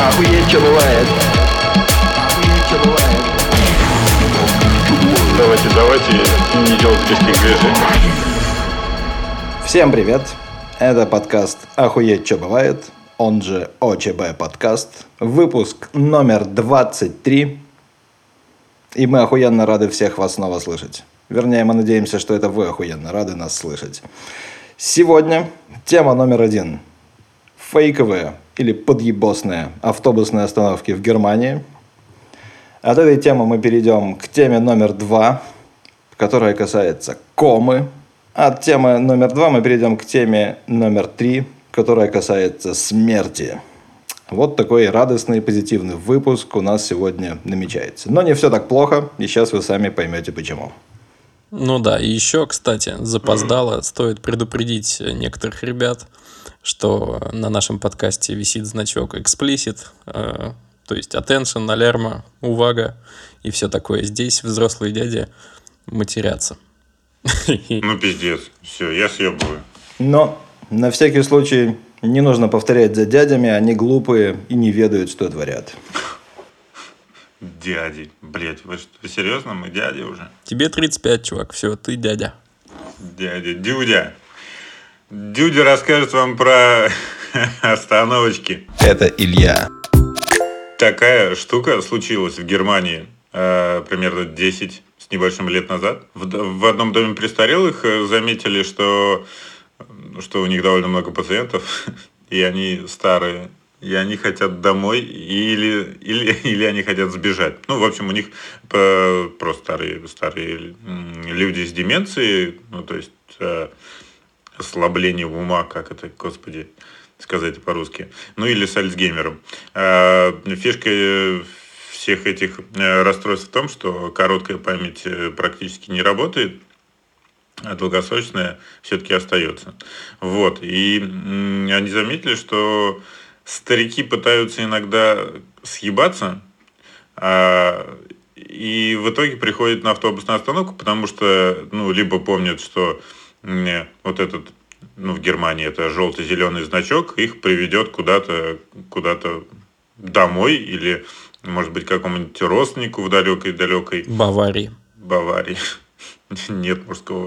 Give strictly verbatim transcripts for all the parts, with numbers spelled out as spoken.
Охуеть, что бывает. Охуеть, что бывает. Давайте, давайте не делать резких движений. Всем привет! Это подкаст «Охуеть, что бывает», он же ОЧБ подкаст, выпуск номер двадцать три. И мы охуенно рады всех вас снова слышать. Вернее, мы надеемся, что это вы охуенно рады нас слышать. Сегодня тема номер один. Фейковые или подъебосные автобусные остановки в Германии. От этой темы мы перейдем к теме номер два, которая касается комы. От темы номер два мы перейдем к теме номер три, которая касается смерти. Вот такой радостный, позитивный выпуск у нас сегодня намечается. Но не все так плохо, и сейчас вы сами поймете почему. Ну да, и еще, кстати, запоздало, стоит предупредить некоторых ребят, что на нашем подкасте висит значок explicit, э, то есть attention, алярма, увага и все такое. Здесь взрослые дяди матерятся. Ну, пиздец. Все, я съебываю. Но на всякий случай не нужно повторять за дядями, они глупые и не ведают, что творят. Дяди. Блять, вы что, серьезно? Мы дяди уже? Тебе тридцать пять, чувак, все, ты дядя. Дядя. Дюдя. Дюдя расскажет вам про остановочки. Это Илья. Такая штука случилась в Германии э, примерно десять с небольшим лет назад. В, в одном доме престарелых заметили, что, что у них довольно много пациентов, и они старые, и они хотят домой, или, или, или они хотят сбежать. Ну, в общем, у них э, просто старые, старые люди с деменцией, ну, то есть э, ослабление ума, как это, господи, сказать по-русски, ну или с Альцгеймером. Э, фишка всех этих расстройств в том, что короткая память практически не работает, а долгосрочная все-таки остается. Вот. И они заметили, что старики пытаются иногда съебаться, а, и в итоге приходят на автобусную остановку, потому что, ну, либо помнят, что не, вот этот, ну, в Германии это желто-зеленый значок, их приведет куда-то, куда-то домой, или, может быть, к какому-нибудь родственнику в далекой-далекой Баварии. Баварии. Нет мужского.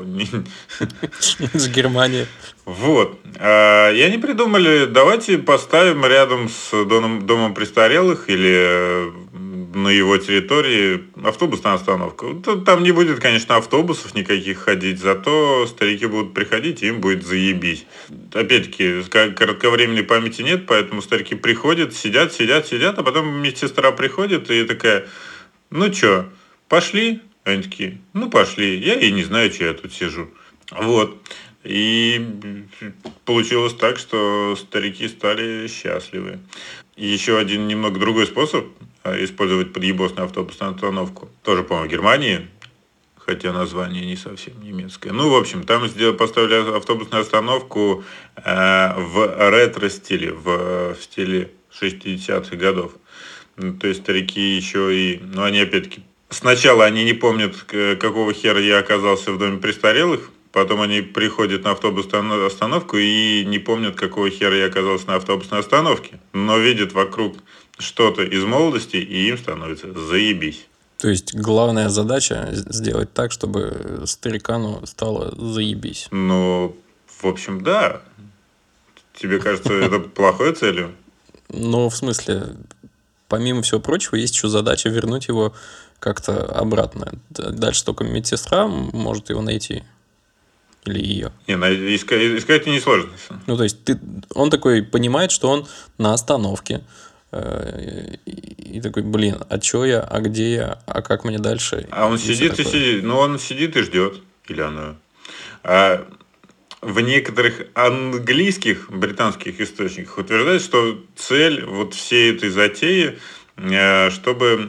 С Германии. Вот. И они придумали, давайте поставим рядом с домом, домом престарелых или на его территории автобусную остановку. Там не будет, конечно, автобусов никаких ходить, зато старики будут приходить, и им будет заебись. Опять-таки, кратковременной памяти нет, поэтому старики приходят, сидят, сидят, сидят, а потом медсестра приходит и такая: ну чё, пошли? Они такие: ну пошли, я и не знаю, что я тут сижу. Вот. И получилось так, что старики стали счастливы. И еще один немного другой способ использовать подъебосную автобусную остановку. Тоже, по-моему, в Германии, хотя название не совсем немецкое. Ну, в общем, там сделали, поставили автобусную остановку э, в ретро-стиле, в, в стиле шестидесятых годов. Ну, то есть старики еще и... Ну, они опять-таки... Сначала они не помнят, какого хера я оказался в доме престарелых, потом они приходят на автобусную остановку и не помнят, какого хера я оказался на автобусной остановке, но видят вокруг что-то из молодости, и им становится заебись. То есть главная задача сделать так, чтобы старикану стало заебись. Ну, в общем, да. Тебе кажется, это плохой целью? Ну, в смысле, помимо всего прочего, есть еще задача вернуть его как-то обратно. Дальше только медсестра может его найти. Или ее. Не, искать, искать несложно. Ну, то есть, ты, он такой понимает, что он на остановке. Э, и, и такой: блин, а чё я, а где я, а как мне дальше? А он и сидит и сидит. Ну, он сидит и ждет. Или она. А в некоторых английских, британских источниках утверждают, что цель вот всей этой затеи, чтобы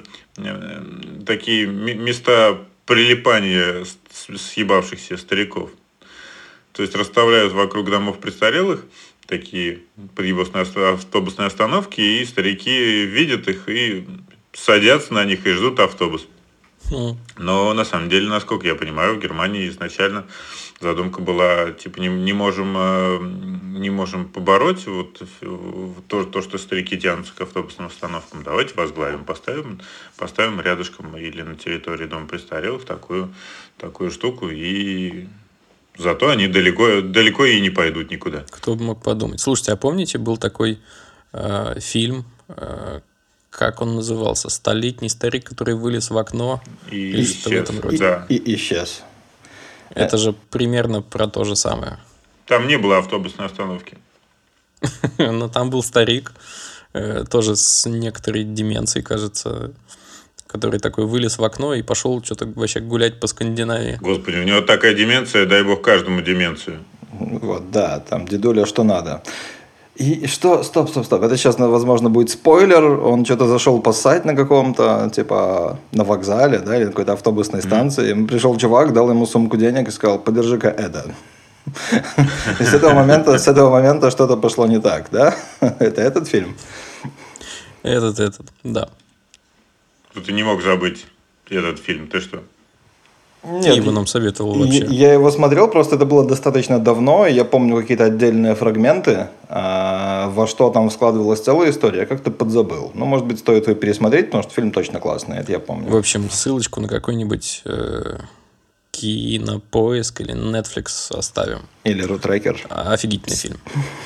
такие места прилипания съебавшихся стариков. То есть расставляют вокруг домов престарелых такие подъебосные автобусные остановки, и старики видят их и садятся на них и ждут автобус. М. Но на самом деле, насколько я понимаю, в Германии изначально задумка была, типа, не, не можем, э, не можем побороть вот э, то, то, что старики тянутся к автобусным остановкам. Давайте возглавим, поставим, поставим рядышком или на территории дома престарелых такую, такую штуку, и зато они далеко, далеко и не пойдут никуда. Кто бы мог подумать. Слушайте, а помните, был такой э, фильм, э, как он назывался? «Столетний старик, который вылез в окно». И Или что-то в исчез, этом роде. да. И исчез. Это же примерно про то же самое. Там не было автобусной остановки. Но там был старик, э, тоже с некоторой деменцией, кажется, который такой вылез в окно и пошел что-то вообще гулять по Скандинавии. Господи, у него такая деменция, дай бог каждому деменцию. Вот, да, там дедуля что надо. И что, стоп, стоп, стоп, это сейчас, возможно, будет спойлер, он что-то зашел поссать на каком-то, типа, на вокзале, да, или на какой-то автобусной станции, mm-hmm. пришел чувак, дал ему сумку денег и сказал, подержи-ка это. И с этого момента, с этого момента что-то пошло не так, да? Это этот фильм? Этот, этот, да. Ты не мог забыть этот фильм, ты что? Нет, Ты его нам советовал вообще. Я его смотрел, просто это было достаточно давно, и я помню какие-то отдельные фрагменты, а во что там складывалась целая история, я как-то подзабыл. Ну, может быть, стоит его пересмотреть, потому что фильм точно классный, это я помню. В общем, ссылочку на какой-нибудь э, Кинопоиск или Netflix оставим. Или Рутрекер. Офигительный фильм.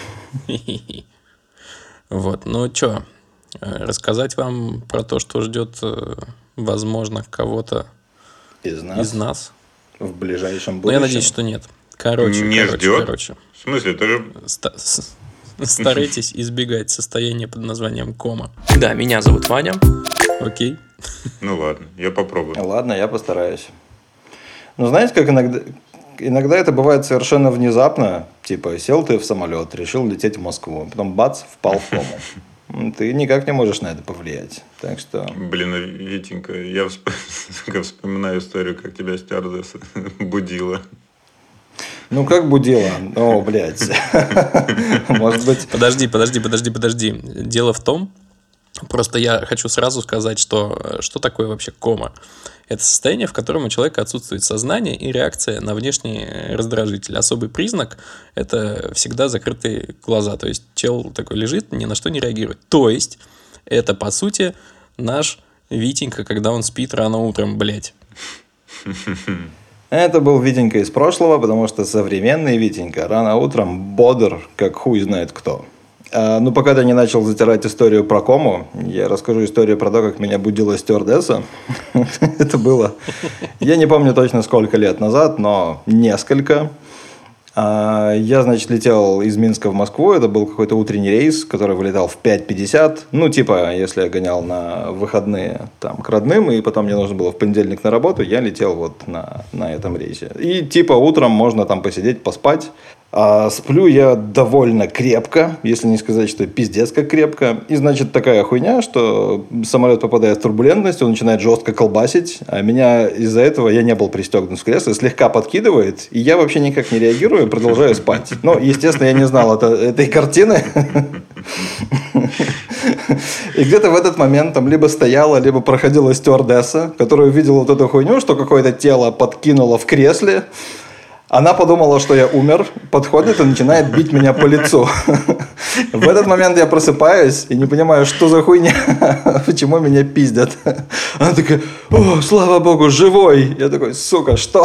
Вот, ну что, рассказать вам про то, что ждет, возможно, кого-то Из нас? из нас. В ближайшем будущем? Ну, я надеюсь, что нет. Короче, не короче, ждет? короче. В смысле, это же... Ста- с- Старайтесь избегать состояния под названием кома. Да, меня зовут Ваня. Окей. Ну ладно, я попробую. Ладно, я постараюсь. Ну, знаете, как иногда... Иногда это бывает совершенно внезапно. Типа, сел ты в самолет, решил лететь в Москву. Потом бац, впал в кому. Ты никак не можешь на это повлиять. Так что... Блин, Витенька, я всп- вспоминаю историю, как тебя стюардесса будила. Ну, как будила? О, блядь. Может быть... Подожди, подожди, подожди, подожди. Дело в том, просто я хочу сразу сказать, что что такое вообще кома. Это состояние, в котором у человека отсутствует сознание и реакция на внешний раздражитель. Особый признак – это всегда закрытые глаза. То есть, чел такой лежит, ни на что не реагирует. То есть, это, по сути, наш Витенька, когда он спит рано утром, блядь. Это был Витенька из прошлого, потому что современный Витенька рано утром бодр, как хуй знает кто. А, ну, пока ты не начал затирать историю про кому, я расскажу историю про то, как меня будила стюардесса. Это было... Я не помню точно сколько лет назад, но несколько. А, я, значит, летел из Минска в Москву. Это был какой-то утренний рейс, который вылетал в пять пятьдесят. Ну, типа, если я гонял на выходные там, к родным, и потом мне нужно было в понедельник на работу, я летел вот на, на этом рейсе. И типа утром можно там посидеть, поспать. А сплю я довольно крепко, если не сказать, что пиздец как крепко. И, значит, такая хуйня, что самолет попадает в турбулентность, он начинает жестко колбасить, а меня из-за этого, я не был пристегнут в кресло, слегка подкидывает, и я вообще никак не реагирую, продолжаю спать. Ну, естественно, я не знал это, этой картины. И где-то в этот момент там либо стояла, либо проходила стюардесса, которая увидела вот эту хуйню, что какое-то тело подкинуло в кресле. Она подумала, что я умер, подходит и начинает бить меня по лицу. В этот момент я просыпаюсь и не понимаю, что за хуйня, почему меня пиздят. Она такая: о, слава богу, живой. Я такой: сука, что?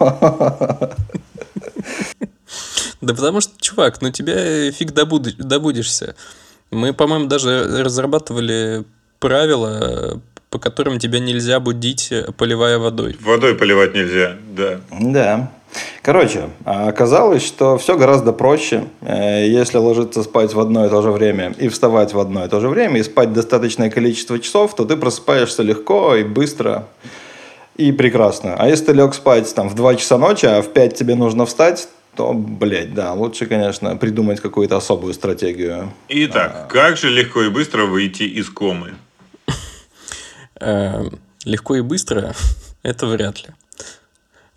Да потому что, чувак, ну тебя фиг добуд- добудешься. Мы, по-моему, даже разрабатывали правила, по которым тебя нельзя будить, поливая водой. Водой поливать нельзя, да. Да. Короче, оказалось, что все гораздо проще, если ложиться спать в одно и то же время и вставать в одно и то же время, и спать достаточное количество часов, то ты просыпаешься легко и быстро, и прекрасно. А если ты лег спать там, в два часа ночи, а в пять тебе нужно встать, то, блядь, да, лучше, конечно, придумать какую-то особую стратегию. Итак, как же легко и быстро выйти из комы? Легко и быстро – это вряд ли.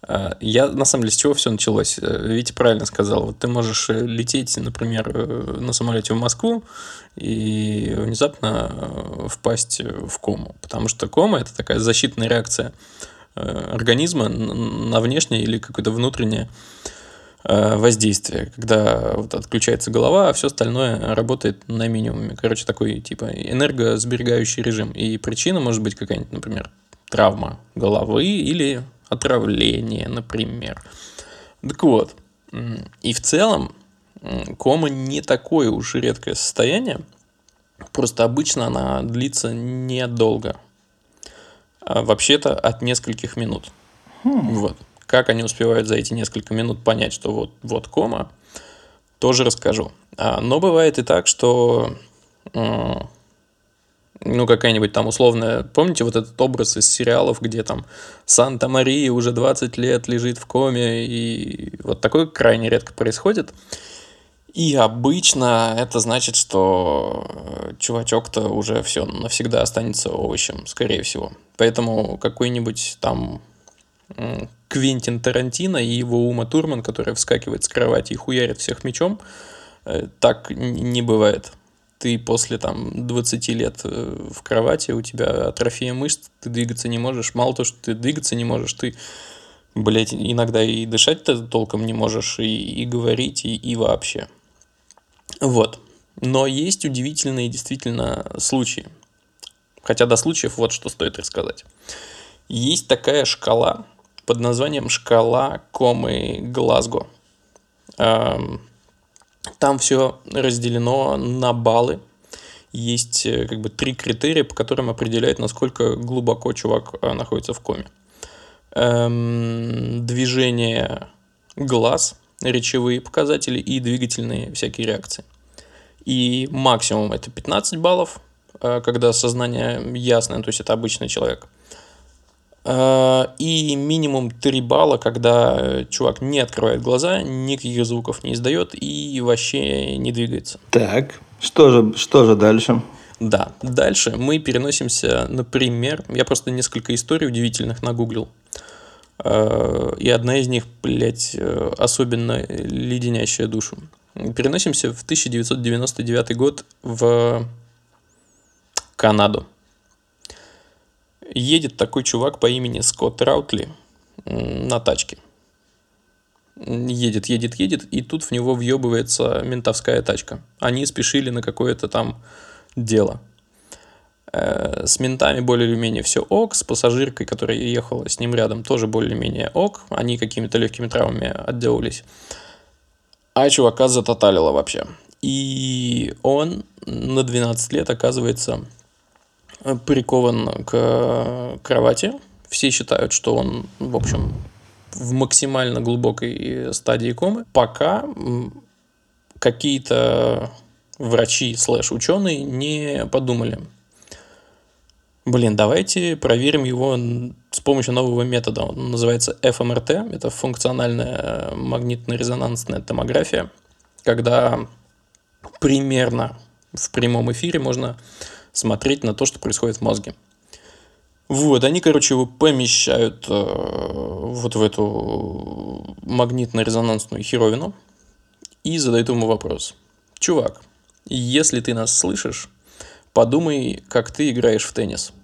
Я, на самом деле, с чего все началось? Витя правильно сказал. Вот ты можешь лететь, например, на самолете в Москву и внезапно впасть в кому. Потому что кома – это такая защитная реакция организма на внешнее или какое-то внутреннее воздействие, когда вот отключается голова, а все остальное работает на минимуме. Короче, такой типа энергосберегающий режим. И причина может быть какая-нибудь, например, травма головы или отравление, например. Так вот, и в целом кома не такое уж и редкое состояние, просто обычно она длится недолго. А вообще-то от нескольких минут. Хм. Вот. Как они успевают за эти несколько минут понять, что вот, вот кома, тоже расскажу. А, но бывает и так, что э, ну, какая-нибудь там условная... Помните вот этот образ из сериалов, где там Санта-Мария уже двадцать лет лежит в коме, и вот такое крайне редко происходит. И обычно это значит, что чувачок-то уже все навсегда останется овощем, скорее всего. Поэтому какой-нибудь там Квентин Тарантино и его Ума Турман, которая вскакивает с кровати и хуярит всех мечом, так не бывает. Ты после там двадцати лет в кровати, у тебя атрофия мышц, ты двигаться не можешь. Мало того, что ты двигаться не можешь, ты, блядь, иногда и дышать-то толком не можешь, и, и говорить, и, и вообще. Вот. Но есть удивительные действительно случаи. Хотя до случаев вот что стоит рассказать. Есть такая шкала под названием шкала комы Глазго. Там все разделено на баллы. Есть как бы три критерия, по которым определяют, насколько глубоко чувак находится в коме. Движение глаз, речевые показатели и двигательные всякие реакции. И максимум это пятнадцать баллов, когда сознание ясное, то есть это обычный человек. И минимум три балла, когда чувак не открывает глаза, никаких звуков не издает и вообще не двигается. Так, что же, что же дальше? Да, дальше мы переносимся, например, я просто несколько историй удивительных нагуглил. И одна из них, блядь, особенно леденящая душу. Переносимся в тысяча девятьсот девяносто девятый год в Канаду. Едет такой чувак по имени Скотт Раутли на тачке. Едет, едет, едет, и тут в него въебывается ментовская тачка. Они спешили на какое-то там дело. С ментами более или менее все ок, с пассажиркой, которая ехала с ним рядом, тоже более-менее ок. Они какими-то легкими травмами отделались. А чувака затоталило вообще. И он на двенадцать лет оказывается прикован к кровати. Все считают, что он, в общем, в максимально глубокой стадии комы, пока какие-то врачи слэш ученые не подумали: блин, давайте проверим его с помощью нового метода. Он называется эф эм эр тэ. Это функциональная магнитно-резонансная томография, когда примерно в прямом эфире можно смотреть на то, что происходит в мозге. Вот, они, короче, его помещают э, вот в эту магнитно-резонансную херовину и задают ему вопрос: чувак, если ты нас слышишь, подумай, как ты играешь в теннис.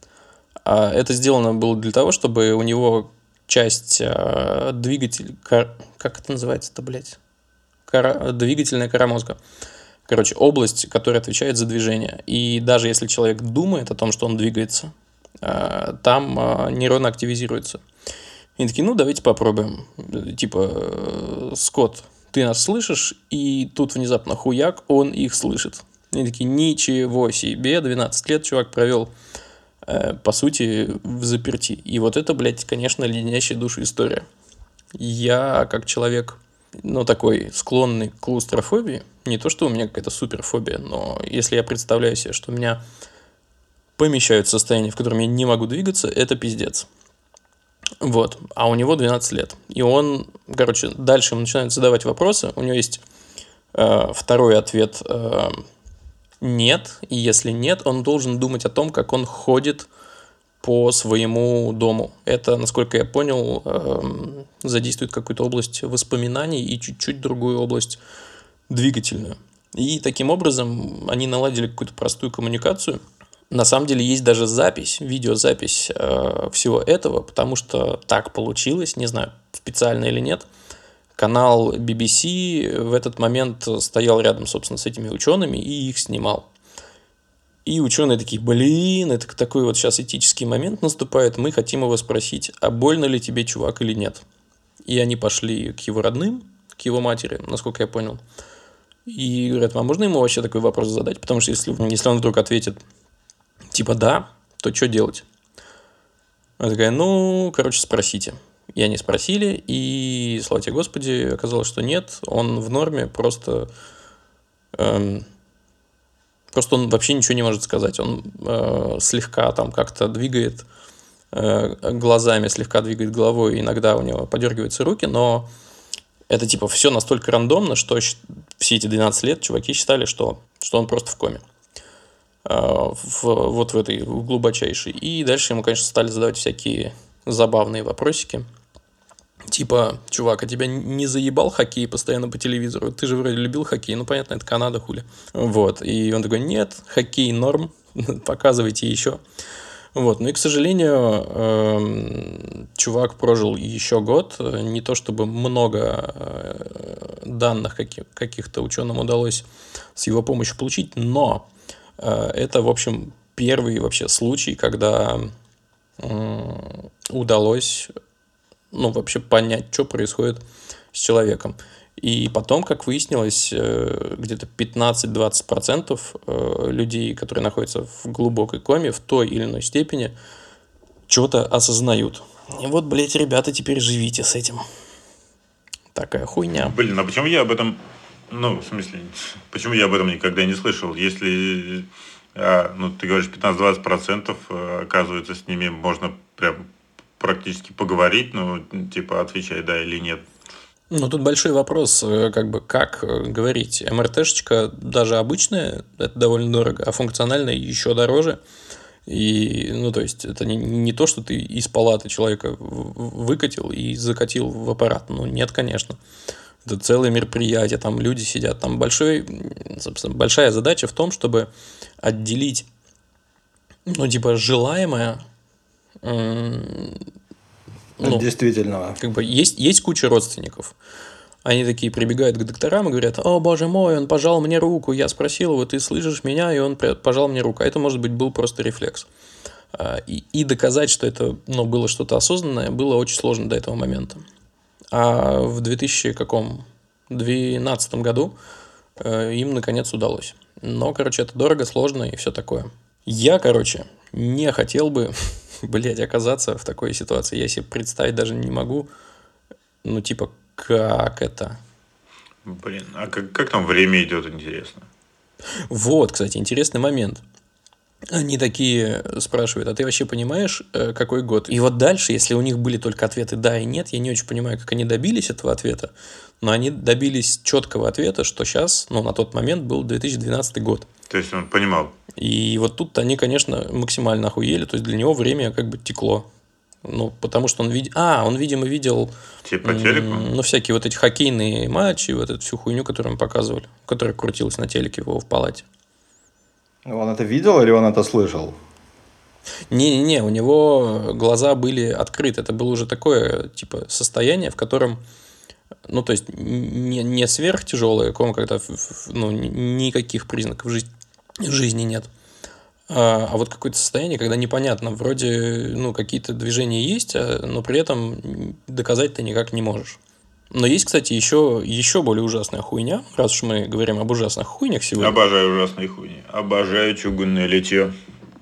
А это сделано было для того, чтобы у него часть э, двигателя... Кор... Как это называется-то, блядь? Кора... Двигательная кора мозга. Короче, область, которая отвечает за движение. И даже если человек думает о том, что он двигается, э, там э, нейроны активизируются. И такие: ну, давайте попробуем. Типа, э, Скотт, ты нас слышишь? И тут внезапно хуяк, он их слышит. Они такие: ничего себе, двенадцать лет чувак провел, э, по сути, в заперти. И вот это, блядь, конечно, леденящая душу история. Я, как человек, ну, такой склонный к клаустрофобии, не то, что у меня какая-то суперфобия, но если я представляю себе, что меня помещают в состояние, в котором я не могу двигаться, это пиздец. Вот. А у него двенадцать лет. И он, короче, дальше ему начинают задавать вопросы. У него есть э, второй ответ э, нет. И если нет, он должен думать о том, как он ходит по своему дому. Это, насколько я понял, эм, задействует какую-то область воспоминаний и чуть-чуть другую область двигательную. И таким образом они наладили какую-то простую коммуникацию. На самом деле есть даже запись, видеозапись э, всего этого, потому что так получилось, не знаю, специально или нет. Канал би би си в этот момент стоял рядом, собственно, с этими учеными и их снимал. И ученые такие, блин, это такой вот сейчас этический момент наступает, мы хотим его спросить, а больно ли тебе, чувак, или нет. И они пошли к его родным, к его матери, насколько я понял. И говорят, а можно ему вообще такой вопрос задать? Потому что если, если он вдруг ответит, типа, да, то что делать? Она такая, ну, короче, спросите. И они спросили, и, слава тебе Господи, оказалось, что нет, он в норме, просто, эм, просто он вообще ничего не может сказать. Он э, слегка там как-то двигает э, глазами, слегка двигает головой, иногда у него подергиваются руки, но это типа все настолько рандомно, что все эти двенадцать лет чуваки считали, что, что он просто в коме. В, вот в этой глубочайшей. И дальше ему, конечно, стали задавать всякие забавные вопросики. Типа, чувак, а тебя не заебал хоккей постоянно по телевизору? Ты же вроде любил хоккей. Ну, понятно, это Канада, хули. Вот. И он такой, нет, хоккей норм. Показывайте еще. Вот. Ну и, к сожалению, э, чувак прожил еще год. Не то чтобы много э, данных каких- каких-то ученым удалось с его помощью получить, но э, это, в общем, первый вообще случай, когда э, удалось ну, вообще понять, что происходит с человеком. И потом, как выяснилось, где-то пятнадцать-двадцать процентов людей, которые находятся в глубокой коме, в той или иной степени, что-то осознают. И вот, блядь, ребята, теперь живите с этим. Такая хуйня. Блин, а почему я об этом... Ну, в смысле, почему я об этом никогда не слышал? Если, а, ну, ты говоришь, пятнадцать-двадцать процентов, оказывается, с ними можно прям практически поговорить, ну, типа, отвечай, да или нет. Ну, тут большой вопрос, как бы, как говорить. эм эр тэ-шечка даже обычная, это довольно дорого, а функциональная еще дороже. И, ну, то есть, это не, не то, что ты из палаты человека выкатил и закатил в аппарат. Ну, нет, конечно. Это целое мероприятие, там люди сидят. Там большой, собственно, большая задача в том, чтобы отделить, ну, типа, желаемое... Ну, действительно. Как бы есть, есть куча родственников. Они такие прибегают к докторам и говорят, о, боже мой, он пожал мне руку. Я спросил его, ты слышишь меня? И он пожал мне руку. А это, может быть, был просто рефлекс. И, и доказать, что это ну, было что-то осознанное, было очень сложно до этого момента. А в две тысячи двенадцатом году им, наконец, удалось. Но, короче, это дорого, сложно и все такое. Я, короче, не хотел бы... блять, оказаться в такой ситуации. Я себе представить даже не могу. Ну, типа, как это? Блин, а как, как там время идет, интересно? Вот, кстати, интересный момент. Они такие спрашивают, а ты вообще понимаешь, какой год? И вот дальше, если у них были только ответы да и нет, я не очень понимаю, как они добились этого ответа, но они добились четкого ответа, что сейчас, ну, на тот момент был две тысячи двенадцатый год. То есть он понимал. И вот тут они, конечно, максимально охуели. То есть для него время как бы текло. Ну, потому что он видел... А, он, видимо, видел... Типа телеку? Ну, всякие вот эти хоккейные матчи, вот эту всю хуйню, которую им показывали, которая крутилась на телеке его в палате. Он это видел или он это слышал? Не-не-не, у него глаза были открыты. Это было уже такое, типа, состояние, в котором... Ну, то есть, не, не сверхтяжелая кома, когда ну, никаких признаков жизни, жизни нет. А, а вот какое-то состояние, когда непонятно, вроде ну, какие-то движения есть, но при этом доказать ты никак не можешь. Но есть, кстати, еще, еще более ужасная хуйня, раз уж мы говорим об ужасных хуйнях сегодня. Обожаю ужасные хуйни. Обожаю чугунное литье.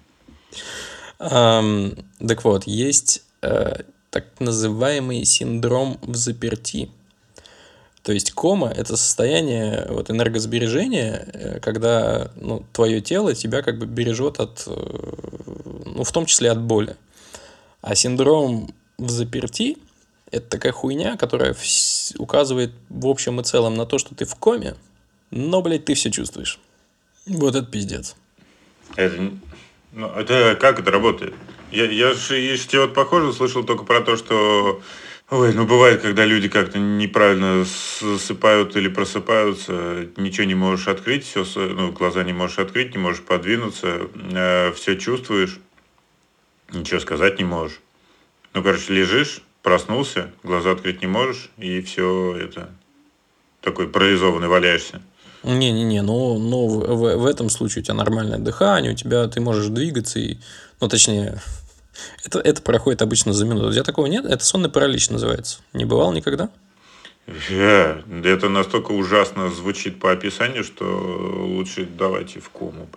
А, так вот, есть а, так называемый синдром в заперти. То есть кома – это состояние вот, энергосбережения, когда ну, твое тело тебя как бы бережет от, ну, в том числе от боли. А синдром в заперти – это такая хуйня, которая вс- указывает в общем и целом на то, что ты в коме, но, блядь, ты все чувствуешь. Вот это пиздец. Это Ну, это как это работает? Я, я же из чего-то похоже слышал только про то, что... Ой, ну бывает, когда люди как-то неправильно засыпают или просыпаются, ничего не можешь открыть, все, ну, глаза не можешь открыть, не можешь подвинуться, э, все чувствуешь, ничего сказать не можешь. Ну, короче, лежишь, проснулся, глаза открыть не можешь, и все это такой парализованный валяешься. Не-не-не, ну, ну в, в, в этом случае у тебя нормальное дыхание, у тебя ты можешь двигаться, и, ну, точнее, это, это проходит обычно за минуту. У тебя такого нет? Это сонный паралич называется. Не бывало никогда? Yeah. Это настолько ужасно звучит по описанию, что лучше давайте в кому.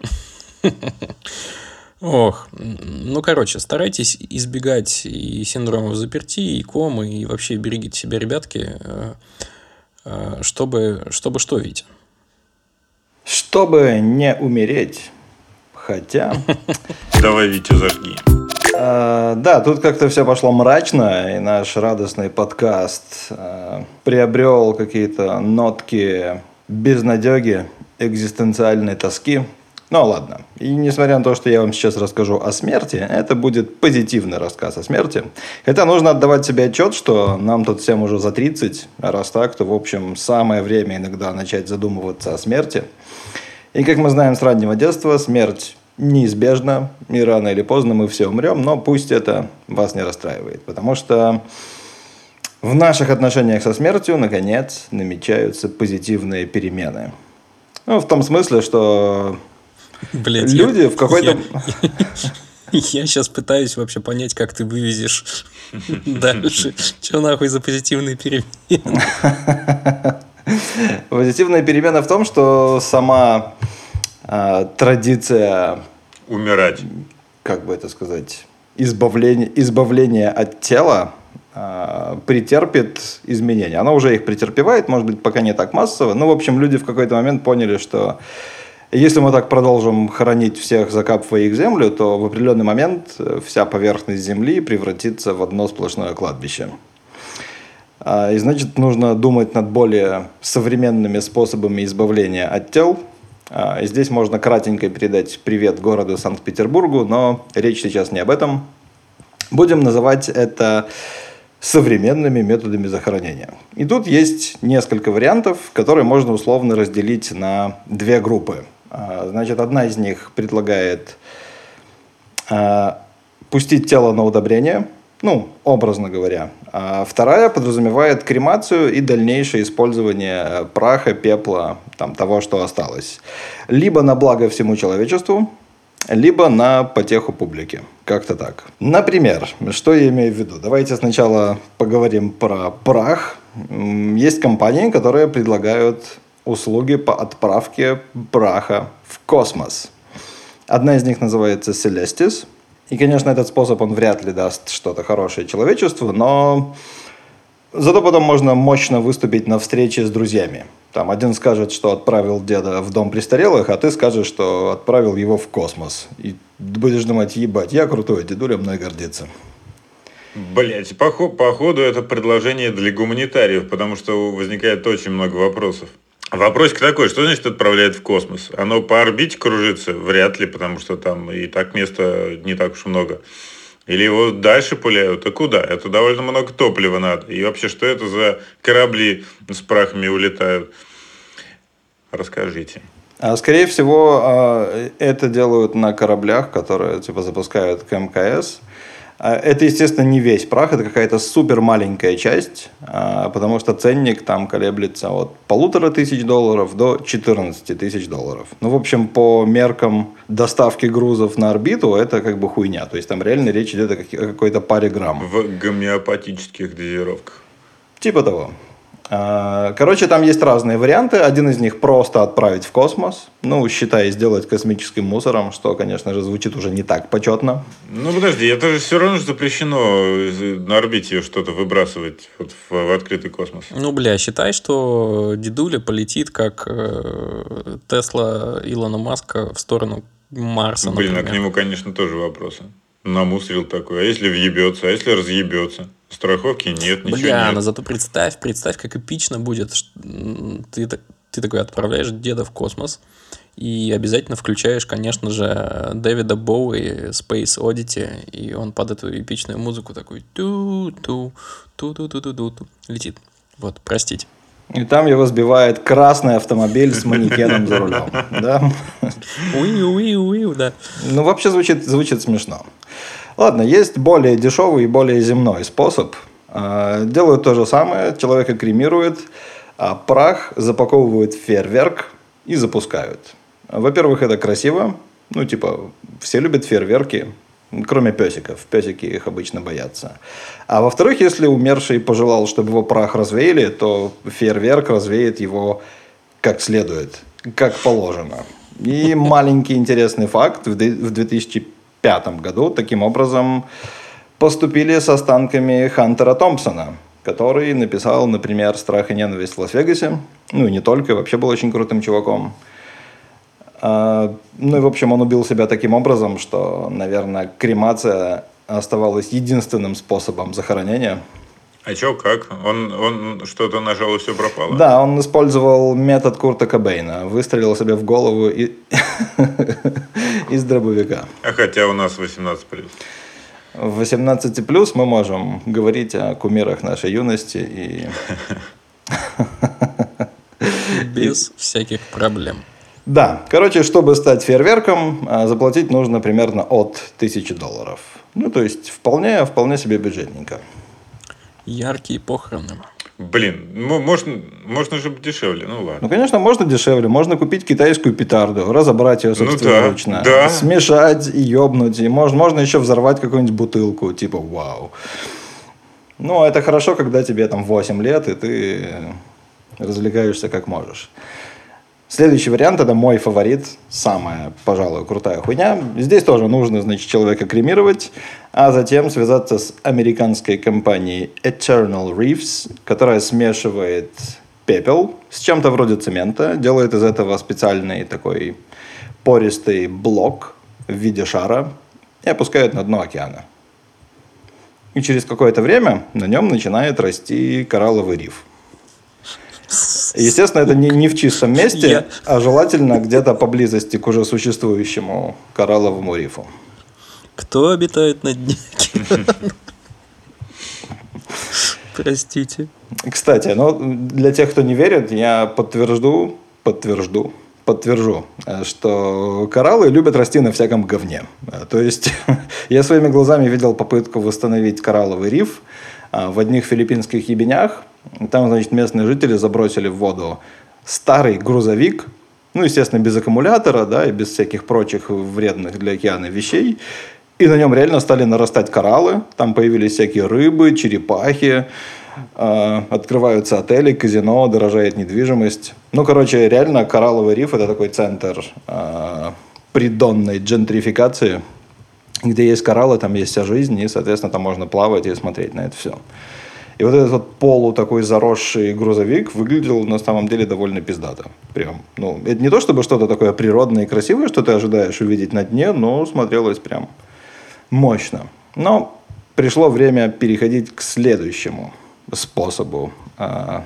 Ох, ну, короче, старайтесь избегать и синдромов заперти, и комы, и вообще берегите себя, ребятки, чтобы, чтобы что, Витя? Чтобы не умереть. Хотя... Давай, Витя, зажги. А, да, тут как-то все пошло мрачно, и наш радостный подкаст а, приобрел какие-то нотки безнадеги, экзистенциальной тоски. Ну ладно. И несмотря на то, что я вам сейчас расскажу о смерти, это будет позитивный рассказ о смерти. Хотя нужно отдавать себе отчет, что нам тут всем уже за тридцать, а раз так, то, в общем, самое время иногда начать задумываться о смерти. И, как мы знаем с раннего детства, смерть неизбежна, и рано или поздно мы все умрем, но пусть это вас не расстраивает, потому что в наших отношениях со смертью, наконец, намечаются позитивные перемены. Ну, в том смысле, что... Блядь, люди я, в какой-то... Я, я сейчас пытаюсь вообще понять, как ты вывезешь дальше. Что нахуй за позитивные перемены? Позитивная перемена в том, что сама э, традиция... Умирать. Как бы это сказать? Избавление, избавление от тела э, претерпит изменения. Она уже их претерпевает, может быть, пока не так массово. Но, в общем, люди в какой-то момент поняли, что... Если мы так продолжим хоронить всех, закапывая их в землю, то в определенный момент вся поверхность земли превратится в одно сплошное кладбище. И значит, нужно думать над более современными способами избавления от тел. И здесь можно кратенько передать привет городу Санкт-Петербургу, но речь сейчас не об этом. Будем называть это современными методами захоронения. И тут есть несколько вариантов, которые можно условно разделить на две группы. Значит, одна из них предлагает э, пустить тело на удобрение, ну, образно говоря. А вторая подразумевает кремацию и дальнейшее использование праха, пепла, там, того, что осталось. Либо на благо всему человечеству, либо на потеху публики. Как-то так. Например, что я имею в виду? Давайте сначала поговорим про прах. Есть компании, которые предлагают услуги по отправке праха в космос. Одна из них называется Celestis. И, конечно, этот способ, он вряд ли даст что-то хорошее человечеству, но зато потом можно мощно выступить на встрече с друзьями. Там один скажет, что отправил деда в дом престарелых, а ты скажешь, что отправил его в космос. И будешь думать, ебать, я крутой, дедуля мной гордится. Блять, походу, походу это предложение для гуманитариев, потому что возникает очень много вопросов. Вопросик такой, что значит отправляет в космос? Оно по орбите кружится? Вряд ли, потому что там и так места не так уж много. Или его дальше пуляют? А куда? Это довольно много топлива надо. И вообще, что это за корабли с прахами улетают? Расскажите. Скорее всего, это делают на кораблях, которые типа запускают к эм ка эс. Это, естественно, не весь прах, это какая-то супер маленькая часть, потому что ценник там колеблется от полутора тысяч долларов до четырнадцати тысяч долларов. Ну, в общем, по меркам доставки грузов на орбиту это как бы хуйня. То есть там реально речь идет о какой-то паре грамм. В гомеопатических дозировках. Типа того. Короче, там есть разные варианты. Один из них просто отправить в космос. Ну, считай, сделать космическим мусором, что, конечно же, звучит уже не так почетно. Ну, подожди, это же все равно запрещено на орбите что-то выбрасывать вот в, в открытый космос. Ну, бля, считай, что дедуля полетит, как э, Тесла Илона Маска в сторону Марса, Блин, например. а к нему, конечно, тоже вопросы. Намусорил такой. А если въебется? А если разъебется? Страховки нет, ничего Бля, нет. но зато представь, представь, как эпично будет. Ты, ты такой отправляешь деда в космос, И обязательно включаешь, конечно же, Дэвида Боуи, Space Oddity, и он под эту эпичную музыку такой ту-ту, ту-ту-ту-ту-ту летит. Вот, простите. И там его сбивает красный автомобиль с манекеном за рулем. Да? Уи-уи-уи, да. Ну, вообще звучит, звучит смешно. Ладно, есть более дешевый и более земной способ. Делают то же самое, человека кремируют, а прах запаковывают в фейерверк и запускают. Во-первых, это красиво. Ну, типа, все любят фейерверки, кроме песиков. Песики их обычно боятся. А во-вторых, если умерший пожелал, чтобы его прах развеяли, то фейерверк развеет его как следует, как положено. И маленький интересный факт. В две тысячи пятом году таким образом поступили с останками Хантера Томпсона, который написал, например, «Страх и ненависть в Лас-Вегасе». Ну, и не только, вообще был очень крутым чуваком. А, ну, и, в общем, он убил себя таким образом, что, наверное, кремация оставалась единственным способом захоронения. А чё, как? Он, он что-то нажал, и все пропало? Да, он использовал метод Курта Кобейна. Выстрелил себе в голову и... из дробовика. А хотя у нас восемнадцать плюс. В восемнадцать плюс мы можем говорить о кумирах нашей юности и... Без всяких проблем. Да, короче, чтобы стать фейерверком, заплатить нужно примерно от тысячи долларов. Ну, то есть, вполне, вполне себе бюджетненько. Яркие похороны. Блин, ну, можно, можно же дешевле, ну ладно. Ну, конечно, можно дешевле. Можно купить китайскую петарду, разобрать ее собственноручно, ну, да, да. смешать и ёбнуть. И можно, можно еще взорвать какую-нибудь бутылку, типа вау. Ну, это хорошо, когда тебе там восемь лет, и ты развлекаешься как можешь. Следующий вариант – это мой фаворит, самая, пожалуй, крутая хуйня. Здесь тоже нужно, значит, человека кремировать, а затем связаться с американской компанией Eternal Reefs, которая смешивает пепел с чем-то вроде цемента, делает из этого специальный такой пористый блок в виде шара и опускает на дно океана. И через какое-то время на нем начинает расти коралловый риф. Естественно, это не, не в чистом месте, Я... а желательно где-то поблизости к уже существующему коралловому рифу. Кто обитает на дне? Простите. Кстати, ну, для тех, кто не верит, я подтвержду, подтвержду, подтвержу, что кораллы любят расти на всяком говне. То есть, я своими глазами видел попытку восстановить коралловый риф в одних филиппинских ебенях. Там, значит, местные жители забросили в воду старый грузовик, ну, естественно, без аккумулятора, да, и без всяких прочих вредных для океана вещей. И на нем реально стали нарастать кораллы. Там появились всякие рыбы, черепахи, э, открываются отели, казино, дорожает недвижимость. Ну, короче, реально коралловый риф – это такой центр э, придонной джентрификации, где есть кораллы, там есть вся жизнь, и, соответственно, там можно плавать и смотреть на это все. И вот этот вот полу такой заросший грузовик выглядел на самом деле довольно пиздато. Прям, ну, это не то чтобы что-то такое природное и красивое, что ты ожидаешь увидеть на дне, но смотрелось прям мощно. Но пришло время переходить к следующему способу а,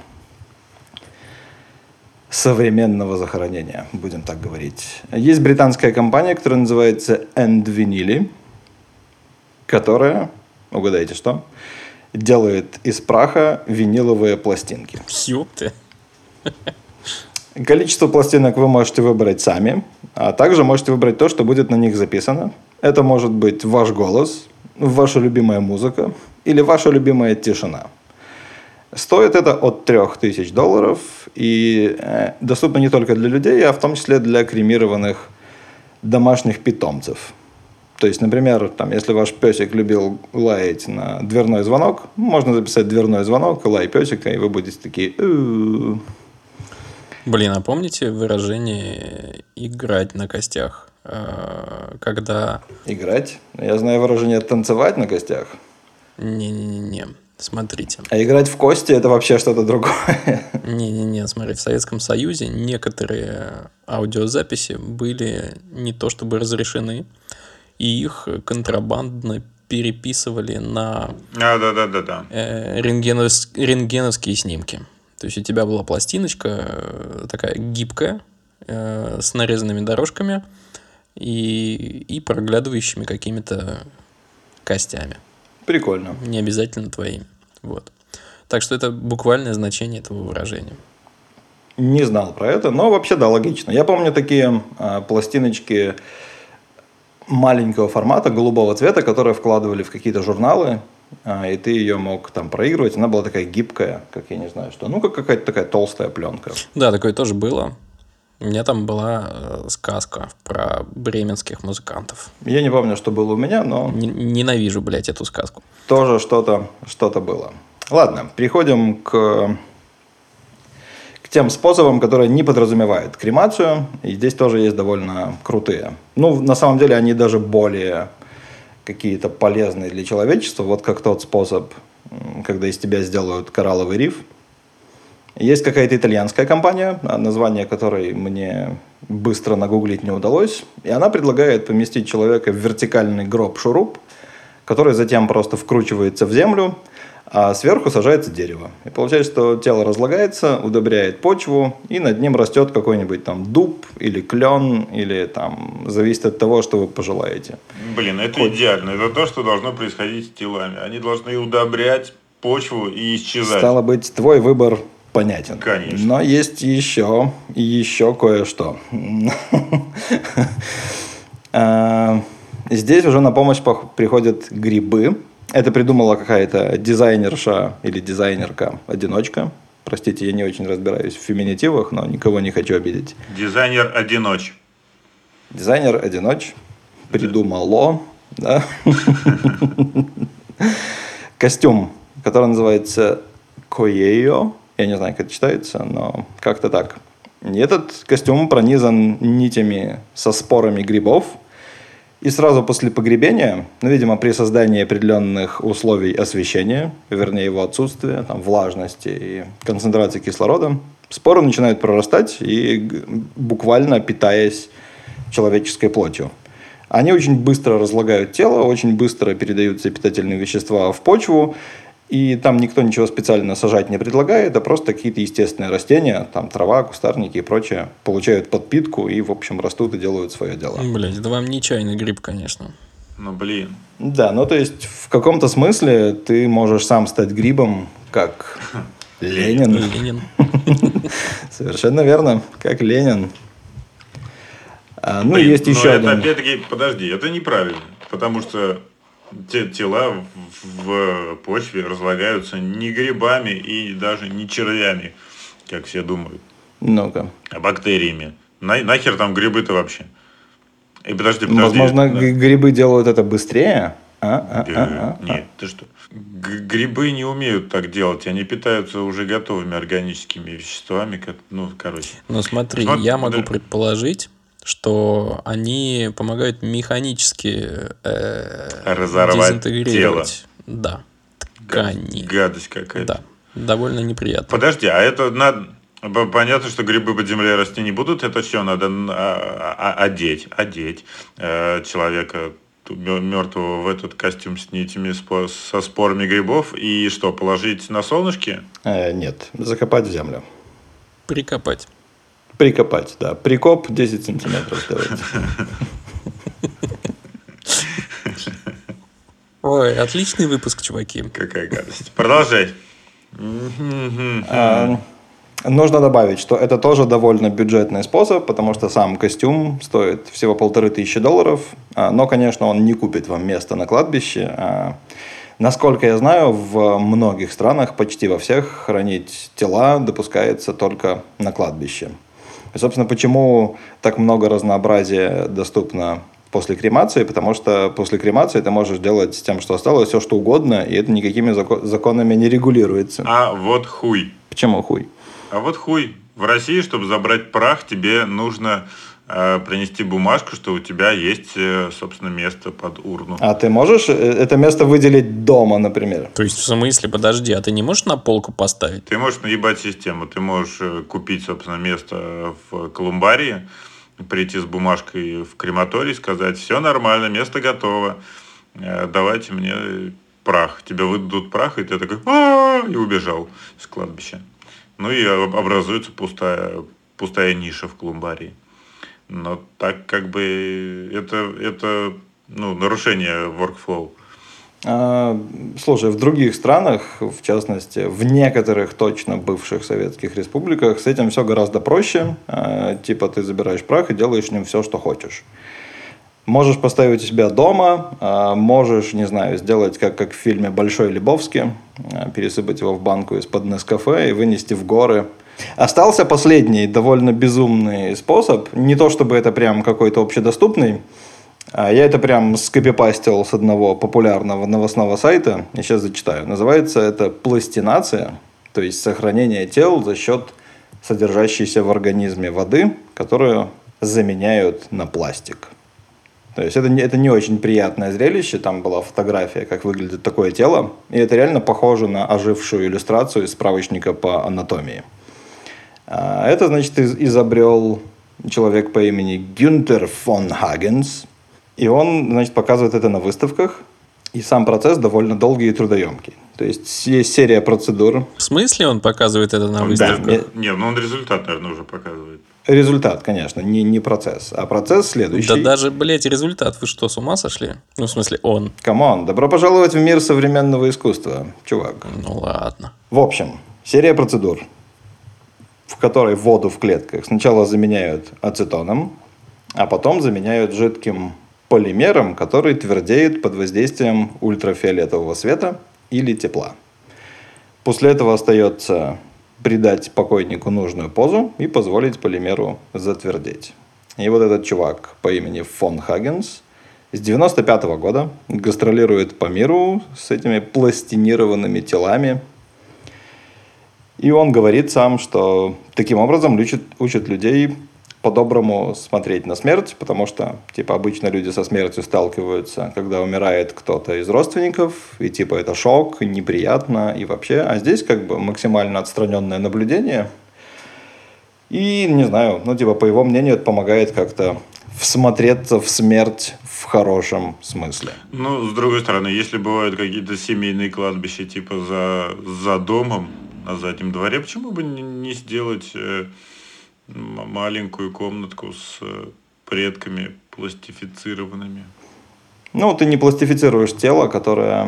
современного захоронения, будем так говорить. Есть британская компания, которая называется End Vinyl, которая, угадайте что, делает из праха виниловые пластинки. Ёпты. Количество пластинок вы можете выбрать сами, а также можете выбрать то, что будет на них записано. Это может быть ваш голос, ваша любимая музыка или ваша любимая тишина. Стоит это от трех тысяч долларов и э, доступно не только для людей, а в том числе для кремированных домашних питомцев. То есть, например, там, если ваш песик любил лаять на дверной звонок, можно записать дверной звонок, лай песика, и вы будете такие... У-у-у. Блин, а помните выражение «играть на костях»? Когда... Играть? Я знаю выражение «танцевать на костях». Не-не-не, смотрите. А играть в кости – это вообще что-то другое. Не-не-не, смотри, в Советском Союзе некоторые аудиозаписи были не то чтобы разрешены, и их контрабандно переписывали на а, да, да, да, да. э, рентгеновс... рентгеновские снимки. То есть у тебя была пластиночка такая гибкая, э, с нарезанными дорожками и, и проглядывающими какими-то костями. Прикольно. Не обязательно твоими. Вот. Так что это буквальное значение этого выражения. Не знал про это, но вообще да, логично. Я помню такие э, пластиночки маленького формата, голубого цвета, которые вкладывали в какие-то журналы, э, и ты ее мог там проигрывать. Она была такая гибкая, как я не знаю что. Ну, как какая-то такая толстая пленка. Да, такое тоже было. У меня там была э, сказка про бременских музыкантов. Я не помню, что было у меня, но... Н- ненавижу, блядь, эту сказку. Тоже что-то, что-то было. Ладно, переходим к... к тем способам, которые не подразумевают кремацию. И здесь тоже есть довольно крутые. Ну, на самом деле, они даже более какие-то полезные для человечества. Вот как тот способ, когда из тебя сделают коралловый риф. Есть какая-то итальянская компания, название которой мне быстро нагуглить не удалось. И она предлагает поместить человека в вертикальный гроб-шуруп, который затем просто вкручивается в землю, а сверху сажается дерево. И получается, что тело разлагается, удобряет почву, и над ним растет какой-нибудь там дуб или клен, или там зависит от того, что вы пожелаете. Блин, это Хоть. идеально. Это то, что должно происходить с телами. Они должны удобрять почву и исчезать. Стало быть, твой выбор понятен. Конечно. Но есть еще, еще кое-что. Здесь уже на помощь приходят грибы. Это придумала какая-то дизайнерша или дизайнерка-одиночка. Простите, я не очень разбираюсь в феминитивах, но никого не хочу обидеть. Дизайнер-одиноч. Дизайнер-одиноч придумало, да? Костюм, который называется Коео. Я не знаю, как это читается, но как-то так. И этот костюм пронизан нитями со спорами грибов. И сразу после погребения, ну, видимо, при создании определенных условий освещения, вернее, его отсутствия, там, влажности и концентрации кислорода, споры начинают прорастать и буквально питаясь человеческой плотью. Они очень быстро разлагают тело, очень быстро передают все питательные вещества в почву, и там никто ничего специально сажать не предлагает, а просто какие-то естественные растения, там трава, кустарники и прочее, получают подпитку и, в общем, растут и делают свое дело. Блядь, это вам не чайный гриб, конечно. Ну, блин. Да, ну то есть в каком-то смысле ты можешь сам стать грибом, как Ленин. Ленин. Совершенно верно, как Ленин. А, ну, Блин, есть но еще это, один. опять-таки, подожди, это неправильно. Потому что те тела в, в почве разлагаются не грибами и даже не червями, как все думают, Ну-ка. а бактериями. На, нахер там грибы-то вообще? И подожди, подожди. Возможно, да. г- грибы делают это быстрее? А, а, Г- а, а, Нет, ты что? Г- грибы не умеют так делать. Они питаются уже готовыми органическими веществами. как- Ну, короче. Ну смотри, Смотри, я могу да. предположить, что они помогают механически э, Разорвать дезинтегрировать. Да. Гадость, Ткани. гадость какая-то. Да. Довольно неприятно. Подожди, а это надо... П- Понятно, что грибы по земле расти не будут. Это что, надо а, а, одеть, одеть э, человека мертвого в этот костюм с нитями, спо- со спорами грибов и что, положить на солнышке? Э, нет, закопать в землю. Прикопать. Прикопать, да. Прикоп десять сантиметров сделать. Ой, отличный выпуск, чуваки. Какая гадость. Продолжай. А, Нужно добавить, что это тоже довольно бюджетный способ, потому что сам костюм стоит всего полторы тысячи долларов. А, Но, конечно, он не купит вам место на кладбище. А, Насколько я знаю, в многих странах, почти во всех, хранить тела допускается только на кладбище. И, собственно, почему так много разнообразия доступно после кремации? Потому что после кремации ты можешь делать с тем, что осталось, все что угодно, и это никакими зако- законами не регулируется. А вот хуй. Почему хуй? А вот хуй. В России, чтобы забрать прах, тебе нужно э, принести бумажку, что у тебя есть, э, собственно, место под урну. А ты можешь э, это место выделить дома, например? То есть, в смысле, подожди, а ты не можешь на полку поставить? Ты можешь наебать систему. Ты можешь э, купить, собственно, место в колумбарии, прийти с бумажкой в крематорий, сказать, все нормально, место готово, э, давайте мне прах. Тебе выдадут прах, и ты такой, «А-а-а», и убежал с кладбища. Ну и об- образуется пустая пустая ниша в колумбарии. Но так как бы это, это ну, нарушение workflow. А, слушай, в других странах, в частности, в некоторых точно бывших советских республиках, с этим все гораздо проще. А, типа ты забираешь прах и делаешь с ним все, что хочешь. Можешь поставить у себя дома, а можешь, не знаю, сделать как, как в фильме «Большой Лебовски», пересыпать его в банку из-под Нескафе и вынести в горы. Остался последний довольно безумный способ. Не то чтобы это прям какой-то общедоступный, а я это прям скопипастил с одного популярного новостного сайта. Я сейчас зачитаю. Называется это пластинация, то есть сохранение тел за счет содержащейся в организме воды, которую заменяют на пластик. То есть это, это не очень приятное зрелище. Там была фотография, как выглядит такое тело. И это реально похоже на ожившую иллюстрацию из справочника по анатомии. А это, значит, из, изобрел человек по имени Гюнтер фон Хагенс. И он, значит, показывает это на выставках. И сам процесс довольно долгий и трудоемкий. То есть есть серия процедур. В смысле он показывает это на выставках? Да, Не, ну он результат, наверное, уже показывает. Результат, конечно, не, не процесс. А процесс следующий. Да даже, блядь, результат. Вы что, с ума сошли? Ну, в смысле, он. Камон, добро пожаловать в мир современного искусства, чувак. Ну, ладно. В общем, серия процедур, в которой воду в клетках сначала заменяют ацетоном, а потом заменяют жидким полимером, который твердеет под воздействием ультрафиолетового света или тепла. После этого остается придать покойнику нужную позу и позволить полимеру затвердеть. И вот этот чувак по имени фон Хагенс с девяносто пятого года гастролирует по миру с этими пластинированными телами. И он говорит сам, что таким образом учит, учит людей по-доброму смотреть на смерть, потому что, типа, обычно люди со смертью сталкиваются, когда умирает кто-то из родственников, и, типа, это шок, неприятно и вообще. А здесь, как бы, максимально отстраненное наблюдение. И, не знаю, ну, типа, по его мнению, это помогает как-то всмотреться в смерть в хорошем смысле. Ну, с другой стороны, если бывают какие-то семейные кладбища, типа, за, за домом, на заднем дворе, почему бы не сделать э, маленькую комнатку с э, предками пластифицированными? Ну, ты не пластифицируешь тело, которое,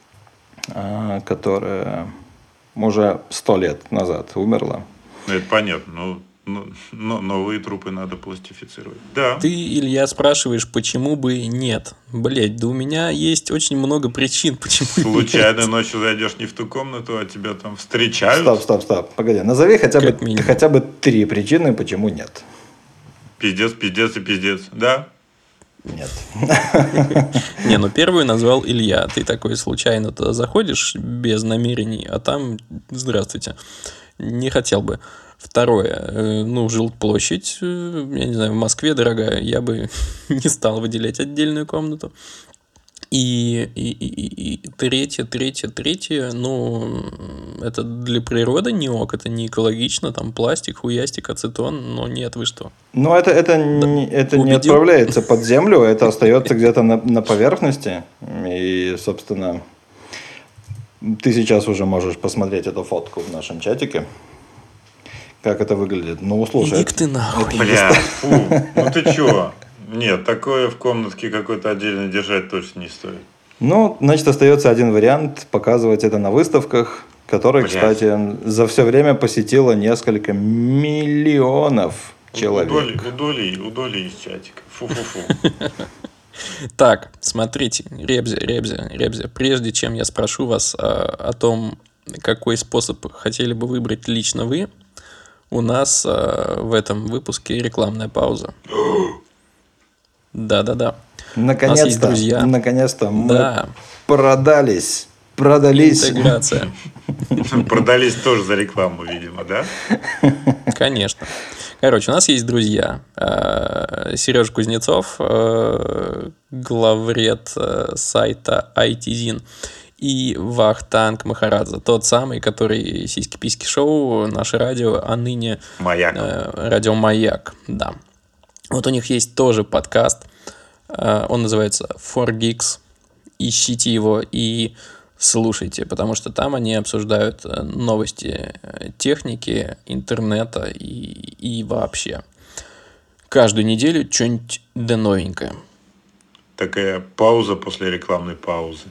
э, которое уже сто лет назад умерло. Это понятно, но, но, но новые трупы надо пластифицировать. Да. Ты, Илья, спрашиваешь, почему бы нет? Блять, да у меня есть очень много причин, почему Случайно нет. ночью зайдешь не в ту комнату, а тебя там встречают. Стоп, стоп, стоп. Погоди, назови хотя бы, Как минимум. хотя бы три причины, почему нет. Пиздец, пиздец и пиздец. Да? Нет. Не, ну первую назвал Илья. Ты такой случайно туда заходишь без намерений, а там здравствуйте. Не хотел бы. Второе. Ну, жилплощадь, я не знаю, в Москве дорогая, я бы не стал выделять отдельную комнату. И, и, и, и третье, третье, третье, ну, это для природы не ок, это не экологично, там пластик, хуястик, ацетон, но нет, вы что? Ну, это, это, не, это не Убедил? отправляется под землю, это остается где-то на, на поверхности. И, собственно, ты сейчас уже можешь посмотреть эту фотку в нашем чатике. Как это выглядит. Ну, слушай. Иди-ка ты нахуй. Бля, фу, ну ты чё? Нет, такое в комнатке какой-то отдельно держать точно не стоит. Ну, значит, остается один вариант показывать это на выставках, который, Блядь. кстати, за все время посетило несколько миллионов человек. Удали, удали, удали из чатика. Фу-фу-фу. Так, смотрите, Ребзя, Ребзя, Ребзя, прежде чем я спрошу вас а, о том, какой способ хотели бы выбрать лично вы, у нас а, в этом выпуске рекламная пауза. Да-да-да. У нас есть Наконец-то, друзья. наконец-то мы Да. продались, продались. Интеграция. Продались тоже за рекламу, видимо, да? Конечно. Короче, у нас есть друзья. Сережа Кузнецов, главред сайта ай ти зин, и Вахтанг Махарадзе, тот самый, который сиськи-письки шоу, наше радио, а ныне Маяк. э, радио Маяк, да. Вот у них есть тоже подкаст, э, он называется фор гикс, ищите его, и слушайте, потому что там они обсуждают новости техники, интернета и, и вообще. Каждую неделю что-нибудь да новенькое. Такая пауза после рекламной паузы.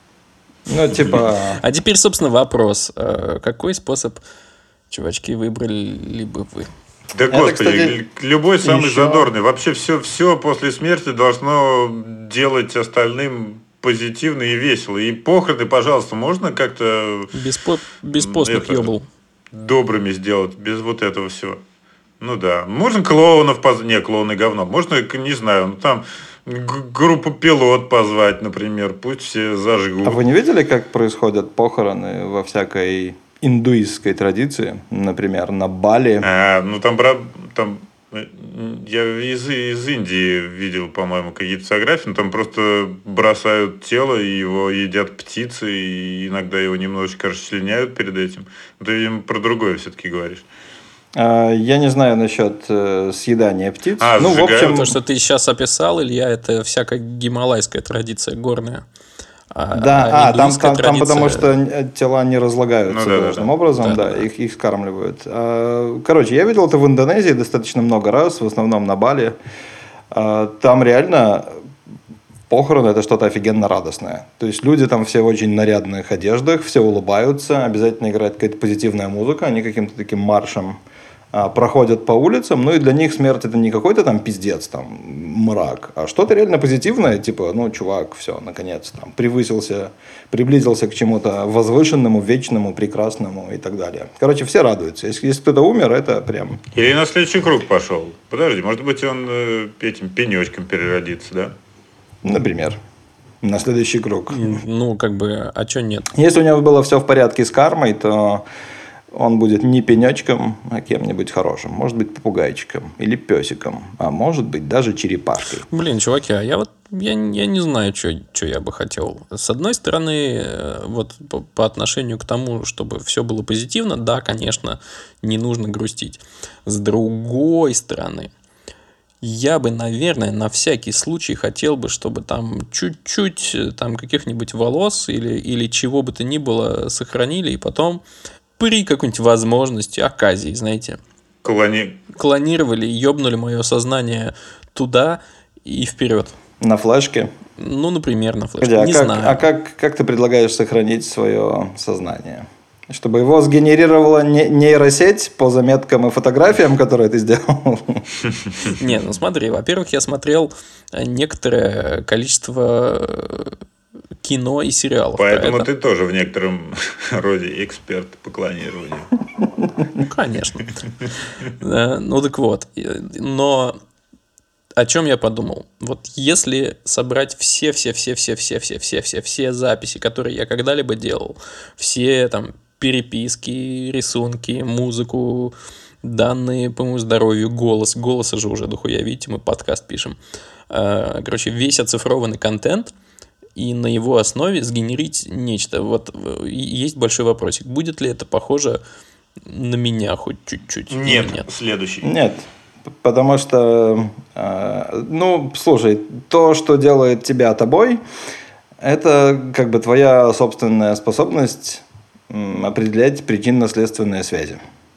Ну, типа... А теперь, собственно, вопрос. Какой способ, чувачки, выбрали бы вы? Да, Это, господи, кстати, любой самый еще- задорный. Вообще все, все после смерти должно делать остальным позитивно и весело. И похороны, пожалуйста, можно как-то Без, по... без постных это- ёбл. добрыми сделать, без вот этого всего. Ну да. Можно клоунов позвать. Не, клоуны говно. Можно, не знаю, ну, там г- группу пилот позвать, например. Пусть все зажгут. А вы не видели, как происходят похороны во всякой индуистской традиции? Например, на Бали. А, ну там, бра- там э, я из, из Индии видел, по-моему, какие-то фотографии, но там просто бросают тело, и его едят птицы, и иногда его немножечко расчленяют перед этим. Ну, ты, видимо, про другое все-таки говоришь. А, Я не знаю насчет э, съедания птиц. А, ну, в сжигают общем, То, что ты сейчас описал, Илья, это всякая гималайская традиция горная. А, да, а, там, индуистская там, там потому традиция- что н- тела не разлагаются Ну да, да, должным да. образом, Да, да, да, да. Их, их скармливают. А, Короче, я видел это в Индонезии достаточно много раз, в основном на Бали. А, Там реально похороны – это что-то офигенно радостное. То есть люди там все в очень нарядных одеждах, все улыбаются, обязательно играет какая-то позитивная музыка, они каким-то таким маршем а, проходят по улицам, ну и для них смерть это не какой-то там пиздец, там, мрак, а что-то реально позитивное, типа, ну, чувак, все, наконец, там, превысился, приблизился к чему-то возвышенному, вечному, прекрасному и так далее. Короче, все радуются. Если, если кто-то умер, это прям... Или на следующий круг пошел. Подожди, может быть, он э, этим пенечком переродится, да? Например, на следующий круг. Ну, как бы, а чё нет? Если у него было все в порядке с кармой, то он будет не пенечком, а кем-нибудь хорошим. Может быть, попугайчиком или песиком, а может быть, даже черепашкой. Блин, чуваки, а я вот я, я не знаю, что я бы хотел. С одной стороны, э, вот по, по отношению к тому, чтобы все было позитивно, да, конечно, не нужно грустить. С другой стороны, я бы, наверное, на всякий случай хотел бы, чтобы там чуть-чуть э, там каких-нибудь волос или, или чего бы то ни было сохранили, и потом при какой-нибудь возможности, оказии, знаете, Клони... клонировали и ёбнули мое сознание туда и вперед. На флешке. Ну, например, на флешке. Подожди, а Не как, знаю. а как, как ты предлагаешь сохранить свое сознание? Чтобы его сгенерировала не- нейросеть по заметкам и фотографиям, которые ты сделал? Не, ну смотри, во-первых, я смотрел э, некоторое количество э, кино и сериалов. про Поэтому это. ты тоже в некотором роде эксперт по клонированию. Ну, конечно. Э, Ну, так вот. э, Но о чем я подумал? Вот если собрать все-все-все-все-все-все-все-все записи, которые я когда-либо делал, все там переписки, рисунки, музыку, данные по моему здоровью, голос. Голоса же уже дохуя, видите, мы подкаст пишем. Э, Короче, весь оцифрованный контент, и на его основе сгенерить нечто. Вот э, и есть большой вопросик. Будет ли это похоже на меня хоть чуть-чуть? или Нет, нет? следующий. Нет. п- Потому что, э, ну, слушай, то, что делает тебя тобой, это как бы твоя собственная способность м, определять причинно-следственные связи.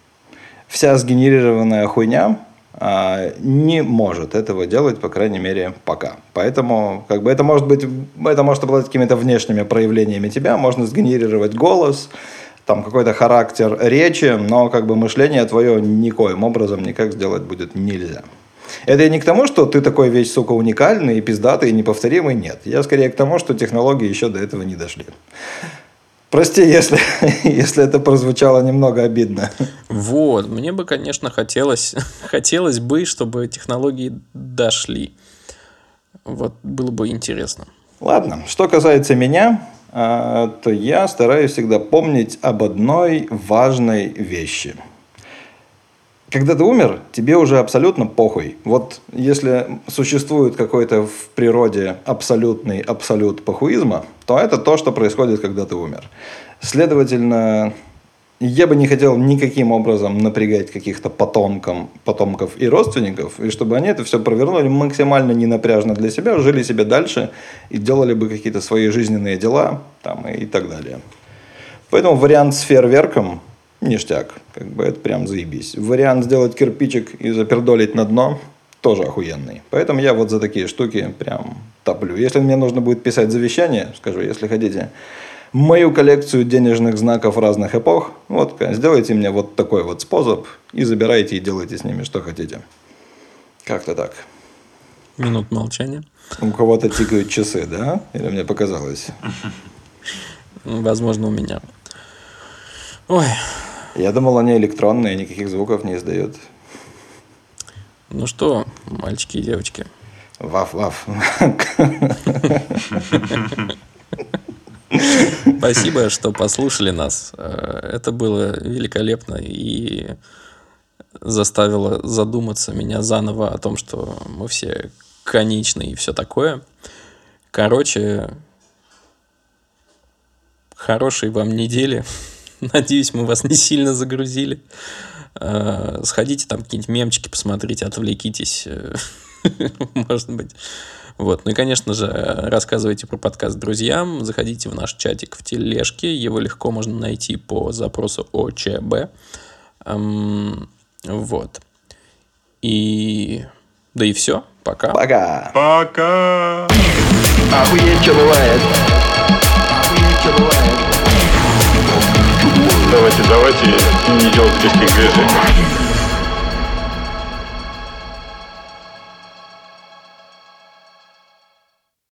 Вся сгенерированная хуйня а, не может этого делать, по крайней мере, пока. Поэтому, как бы, это может быть, это может обладать какими-то внешними проявлениями тебя, можно сгенерировать голос, там какой-то характер речи, но как бы мышление твое никоим образом никак сделать будет нельзя. Это я не к тому, что ты такой весь, сука, уникальный, пиздатый, неповторимый, нет. Я скорее к тому, что технологии еще до этого не дошли. Прости, если, если это прозвучало немного обидно. Вот, мне бы, конечно, хотелось, хотелось бы, чтобы технологии дошли. Вот, было бы интересно. Ладно, что касается меня, а, то я стараюсь всегда помнить об одной важной вещи. Когда ты умер, тебе уже абсолютно похуй. Вот если существует какой-то в природе абсолютный абсолют похуизма, то это то, что происходит, когда ты умер. Следовательно, Я бы не хотел никаким образом напрягать каких-то потомкам, потомков и родственников, и чтобы они это все провернули максимально ненапряжно для себя, жили себе дальше и делали бы какие-то свои жизненные дела там, и, и так далее. Поэтому вариант с фейерверком ништяк, как бы это прям заебись. Вариант сделать кирпичик и запердолить на дно тоже охуенный. Поэтому я вот за такие штуки прям топлю. Если мне нужно будет писать завещание, скажу, если хотите мою коллекцию денежных знаков разных эпох, вот, сделайте мне вот такой вот способ и забирайте и делайте с ними что хотите. Как-то так. Минут молчания. У кого-то тикают часы, да? Или мне показалось? Возможно, у меня. Ой. Я думал, они электронные, никаких звуков не издают. Ну что, мальчики и девочки? Ваф-ваф. Спасибо, что послушали нас. Это было великолепно и заставило задуматься меня заново о том, что мы все конечны и все такое. Короче, хорошей вам недели. Надеюсь, мы вас не сильно загрузили. Сходите там какие-нибудь мемчики посмотрите, отвлекитесь. Может быть. Вот. Ну и, конечно же, рассказывайте про подкаст друзьям. Заходите в наш чатик в тележке. Его легко можно найти по запросу ОЧБ. Эм, вот. И... Да и все. Пока. Пока. Пока. Охуеть, что бывает. Охуеть, что бывает. Давайте, давайте не делать лишних движений.